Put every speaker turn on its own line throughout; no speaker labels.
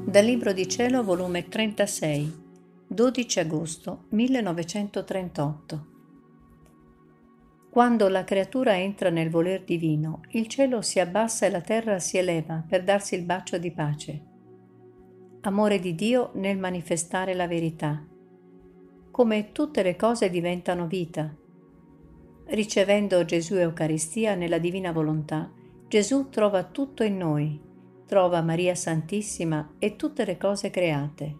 Dal Libro di Cielo, volume 36, 12 agosto 1938. Quando la creatura entra nel voler divino, il cielo si abbassa e la terra si eleva per darsi il bacio di pace. Amore di Dio nel manifestare la verità. Come tutte le cose diventano vita. Ricevendo Gesù Eucaristia nella divina volontà, Gesù trova tutto in noi, trova Maria Santissima e tutte le cose create.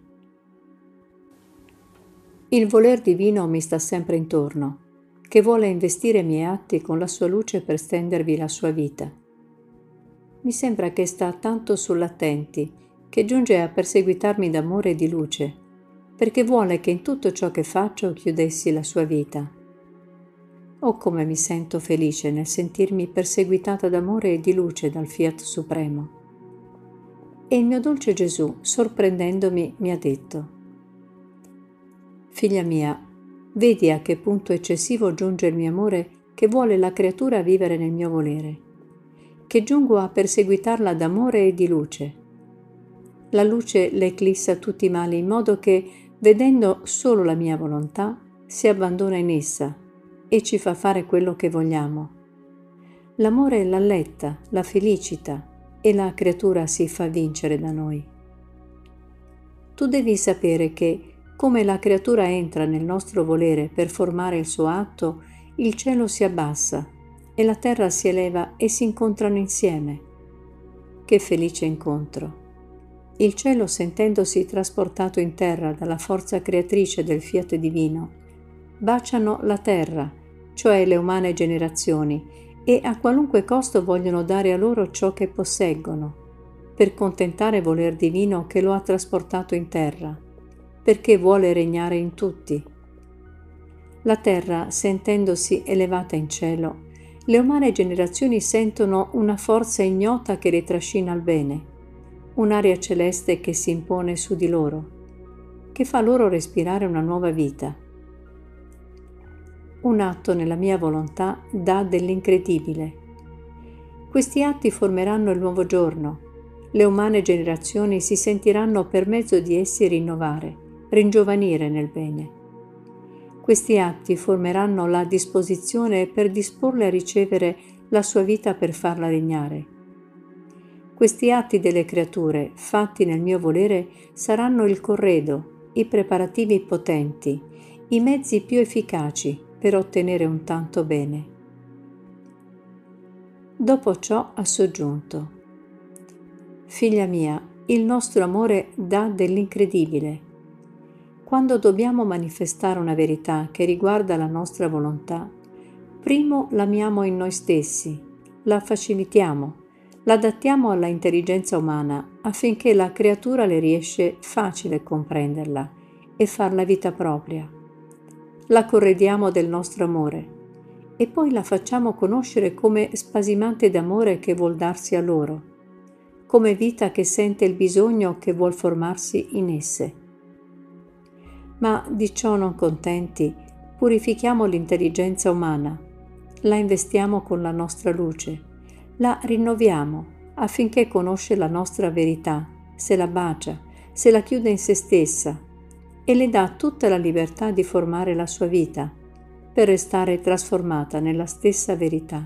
Il voler divino mi sta sempre intorno, che vuole investire i miei atti con la sua luce per stendervi la sua vita. Mi sembra che sta tanto sull'attenti, che giunge a perseguitarmi d'amore e di luce, perché vuole che in tutto ciò che faccio chiudessi la sua vita. Oh, come mi sento felice nel sentirmi perseguitata d'amore e di luce dal Fiat Supremo. E il mio dolce Gesù, sorprendendomi, mi ha detto: «Figlia mia, vedi a che punto eccessivo giunge il mio amore che vuole la creatura vivere nel mio volere, che giungo a perseguitarla d'amore e di luce. La luce le eclissa tutti i mali in modo che, vedendo solo la mia volontà, si abbandona in essa e ci fa fare quello che vogliamo. L'amore l'alletta, la felicita, e la creatura si fa vincere da noi. Tu devi sapere che, come la creatura entra nel nostro volere per formare il suo atto, il cielo si abbassa e la terra si eleva e si incontrano insieme. Che felice incontro! Il cielo, sentendosi trasportato in terra dalla forza creatrice del Fiat Divino, baciano la terra, cioè le umane generazioni, e a qualunque costo vogliono dare a loro ciò che posseggono, per contentare voler divino che lo ha trasportato in terra, perché vuole regnare in tutti. La terra, sentendosi elevata in cielo, le umane generazioni sentono una forza ignota che le trascina al bene, un'aria celeste che si impone su di loro, che fa loro respirare una nuova vita. Un atto nella mia volontà dà dell'incredibile. Questi atti formeranno il nuovo giorno. Le umane generazioni si sentiranno per mezzo di essi rinnovare, ringiovanire nel bene. Questi atti formeranno la disposizione per disporle a ricevere la sua vita per farla regnare. Questi atti delle creature, fatti nel mio volere, saranno il corredo, i preparativi potenti, i mezzi più efficaci per ottenere un tanto bene. Dopo ciò ha soggiunto: «Figlia mia, il nostro amore dà dell'incredibile. Quando dobbiamo manifestare una verità che riguarda la nostra volontà, primo l'amiamo in noi stessi, la facilitiamo, l'adattiamo alla intelligenza umana affinché la creatura le riesce facile comprenderla e farla vita propria. La corrediamo del nostro amore e poi la facciamo conoscere come spasimante d'amore che vuol darsi a loro, come vita che sente il bisogno che vuol formarsi in esse. Ma di ciò non contenti, purifichiamo l'intelligenza umana, la investiamo con la nostra luce, la rinnoviamo affinché conosce la nostra verità, se la bacia, se la chiude in se stessa, e le dà tutta la libertà di formare la sua vita, per restare trasformata nella stessa verità.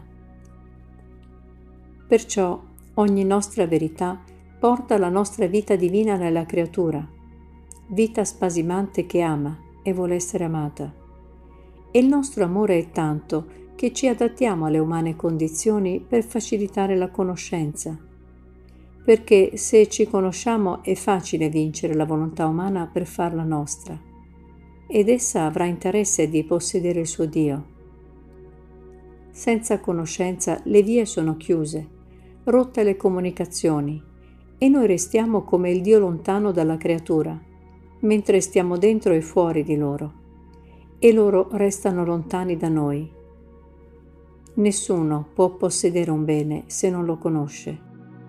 Perciò ogni nostra verità porta la nostra vita divina nella creatura, vita spasimante che ama e vuole essere amata. E il nostro amore è tanto che ci adattiamo alle umane condizioni per facilitare la conoscenza, perché se ci conosciamo è facile vincere la volontà umana per farla nostra, ed essa avrà interesse di possedere il suo Dio. Senza conoscenza le vie sono chiuse, rotte le comunicazioni, e noi restiamo come il Dio lontano dalla creatura, mentre stiamo dentro e fuori di loro, e loro restano lontani da noi. Nessuno può possedere un bene se non lo conosce.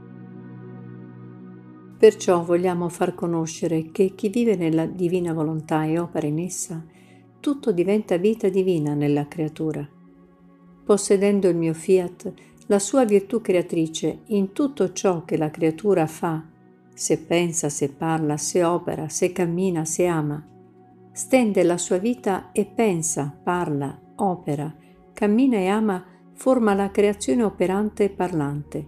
Perciò vogliamo far conoscere che chi vive nella divina volontà e opera in essa, tutto diventa vita divina nella creatura. Possedendo il mio Fiat, la sua virtù creatrice in tutto ciò che la creatura fa se pensa, se parla, se opera, se cammina, se ama. Stende la sua vita e pensa, parla, opera, cammina e ama, forma la creazione operante e parlante.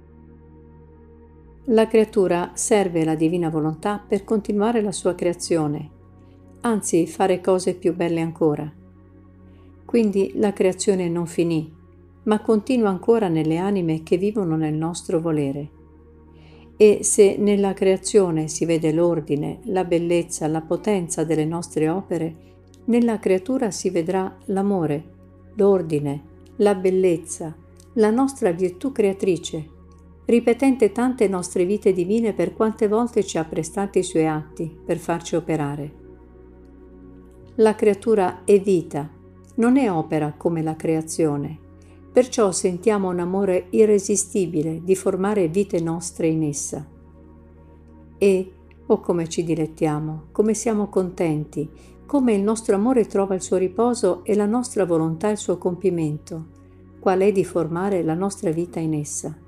La creatura serve la divina volontà per continuare la sua creazione, anzi fare cose più belle ancora. Quindi la creazione non finì, ma continua ancora nelle anime che vivono nel nostro volere. E se nella creazione si vede l'ordine, la bellezza, la potenza delle nostre opere, nella creatura si vedrà l'amore, l'ordine, la bellezza, la nostra virtù creatrice, ripetente tante nostre vite divine per quante volte ci ha prestati i suoi atti per farci operare. La creatura è vita, non è opera come la creazione, perciò sentiamo un amore irresistibile di formare vite nostre in essa. E, oh come ci dilettiamo, come siamo contenti, come il nostro amore trova il suo riposo e la nostra volontà il suo compimento, qual è di formare la nostra vita in essa.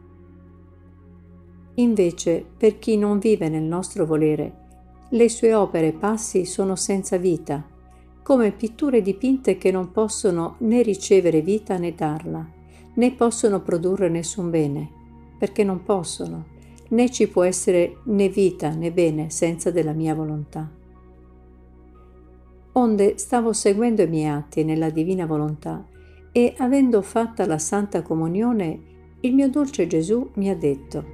Invece, per chi non vive nel nostro volere, le sue opere e passi sono senza vita, come pitture dipinte che non possono né ricevere vita né darla, né possono produrre nessun bene, perché non possono, né ci può essere né vita né bene senza della mia volontà. Onde stavo seguendo i miei atti nella divina volontà e, avendo fatta la Santa Comunione, il mio dolce Gesù mi ha detto: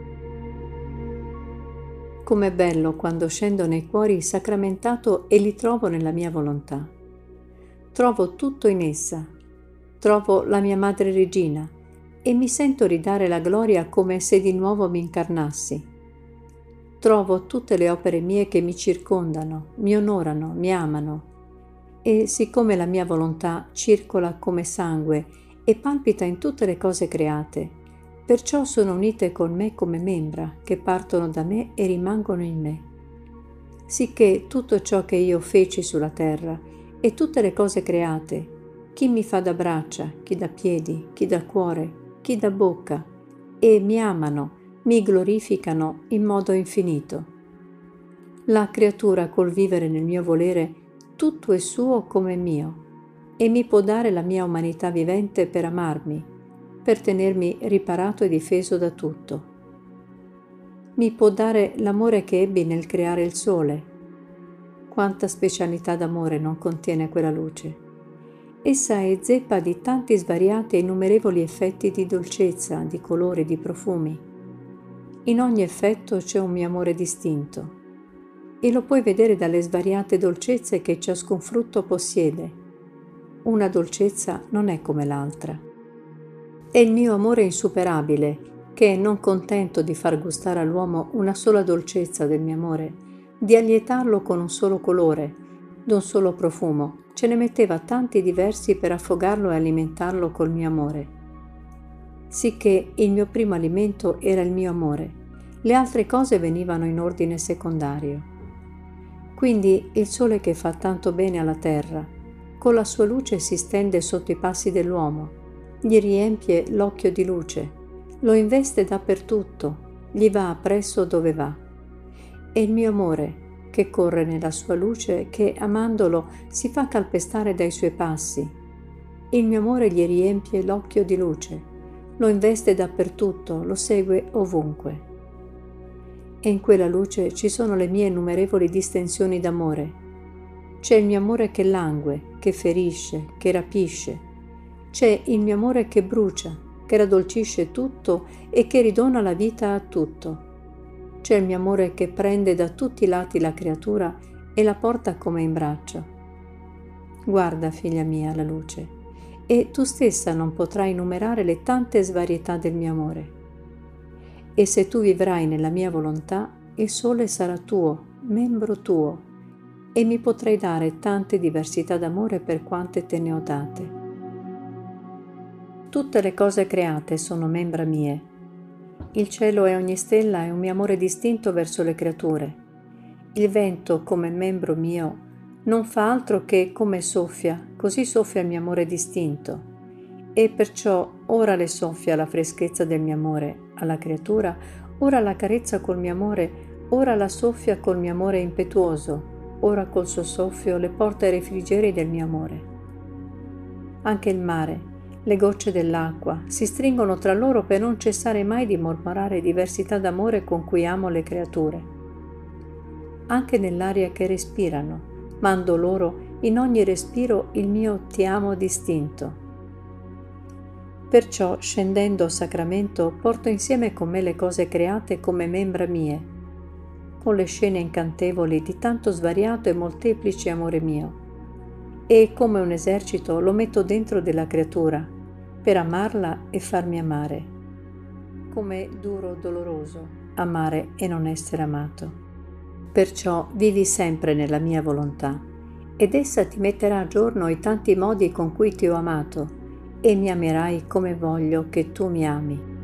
com'è bello quando scendo nei cuori sacramentato e li trovo nella mia volontà. Trovo tutto in essa, trovo la mia Madre Regina e mi sento ridare la gloria come se di nuovo mi incarnassi. Trovo tutte le opere mie che mi circondano, mi onorano, mi amano, e siccome la mia volontà circola come sangue e palpita in tutte le cose create, perciò sono unite con me come membra che partono da me e rimangono in me. Sicché tutto ciò che io feci sulla terra e tutte le cose create, chi mi fa da braccia, chi da piedi, chi da cuore, chi da bocca, e mi amano, mi glorificano in modo infinito. La creatura col vivere nel mio volere, tutto è suo come mio, e mi può dare la mia umanità vivente per amarmi, per tenermi riparato e difeso da tutto. Mi può dare l'amore che ebbi nel creare il sole. Quanta specialità d'amore non contiene quella luce. Essa è zeppa di tanti svariati e innumerevoli effetti di dolcezza, di colori, di profumi. In ogni effetto c'è un mio amore distinto, e lo puoi vedere dalle svariate dolcezze che ciascun frutto possiede. Una dolcezza non è come l'altra. È il mio amore insuperabile, che, non contento di far gustare all'uomo una sola dolcezza del mio amore, di allietarlo con un solo colore, d'un solo profumo, ce ne metteva tanti diversi per affogarlo e alimentarlo col mio amore. Sicché il mio primo alimento era il mio amore, le altre cose venivano in ordine secondario. Quindi il sole che fa tanto bene alla terra, con la sua luce si stende sotto i passi dell'uomo, gli riempie l'occhio di luce, lo investe dappertutto, gli va appresso dove va. E il mio amore, che corre nella sua luce, che amandolo si fa calpestare dai suoi passi. Il mio amore gli riempie l'occhio di luce, lo investe dappertutto, lo segue ovunque. E in quella luce ci sono le mie innumerevoli distensioni d'amore. C'è il mio amore che langue, che ferisce, che rapisce. C'è il mio amore che brucia, che raddolcisce tutto e che ridona la vita a tutto. C'è il mio amore che prende da tutti i lati la creatura e la porta come in braccio. Guarda, figlia mia, la luce, e tu stessa non potrai numerare le tante svarietà del mio amore. E se tu vivrai nella mia volontà, il sole sarà tuo, membro tuo, e mi potrai dare tante diversità d'amore per quante te ne ho date. Tutte le cose create sono membra mie. Il cielo e ogni stella è un mio amore distinto verso le creature. Il vento, come membro mio, non fa altro che come soffia, così soffia il mio amore distinto. E perciò ora le soffia la freschezza del mio amore alla creatura, Ora la carezza col mio amore, ora la soffia col mio amore impetuoso, ora col suo soffio le porta ai refrigeri del mio amore. Anche il mare, le gocce dell'acqua, si stringono tra loro per non cessare mai di mormorare diversità d'amore con cui amo le creature. Anche nell'aria che respirano, mando loro in ogni respiro il mio ti amo distinto. Perciò, scendendo a sacramento, porto insieme con me le cose create come membra mie, con le scene incantevoli di tanto svariato e molteplice amore mio, e come un esercito lo metto dentro della creatura, per amarla e farmi amare. Com'è duro doloroso amare e non essere amato. Perciò vivi sempre nella mia volontà, ed essa ti metterà a giorno i tanti modi con cui ti ho amato, e mi amerai come voglio che tu mi ami.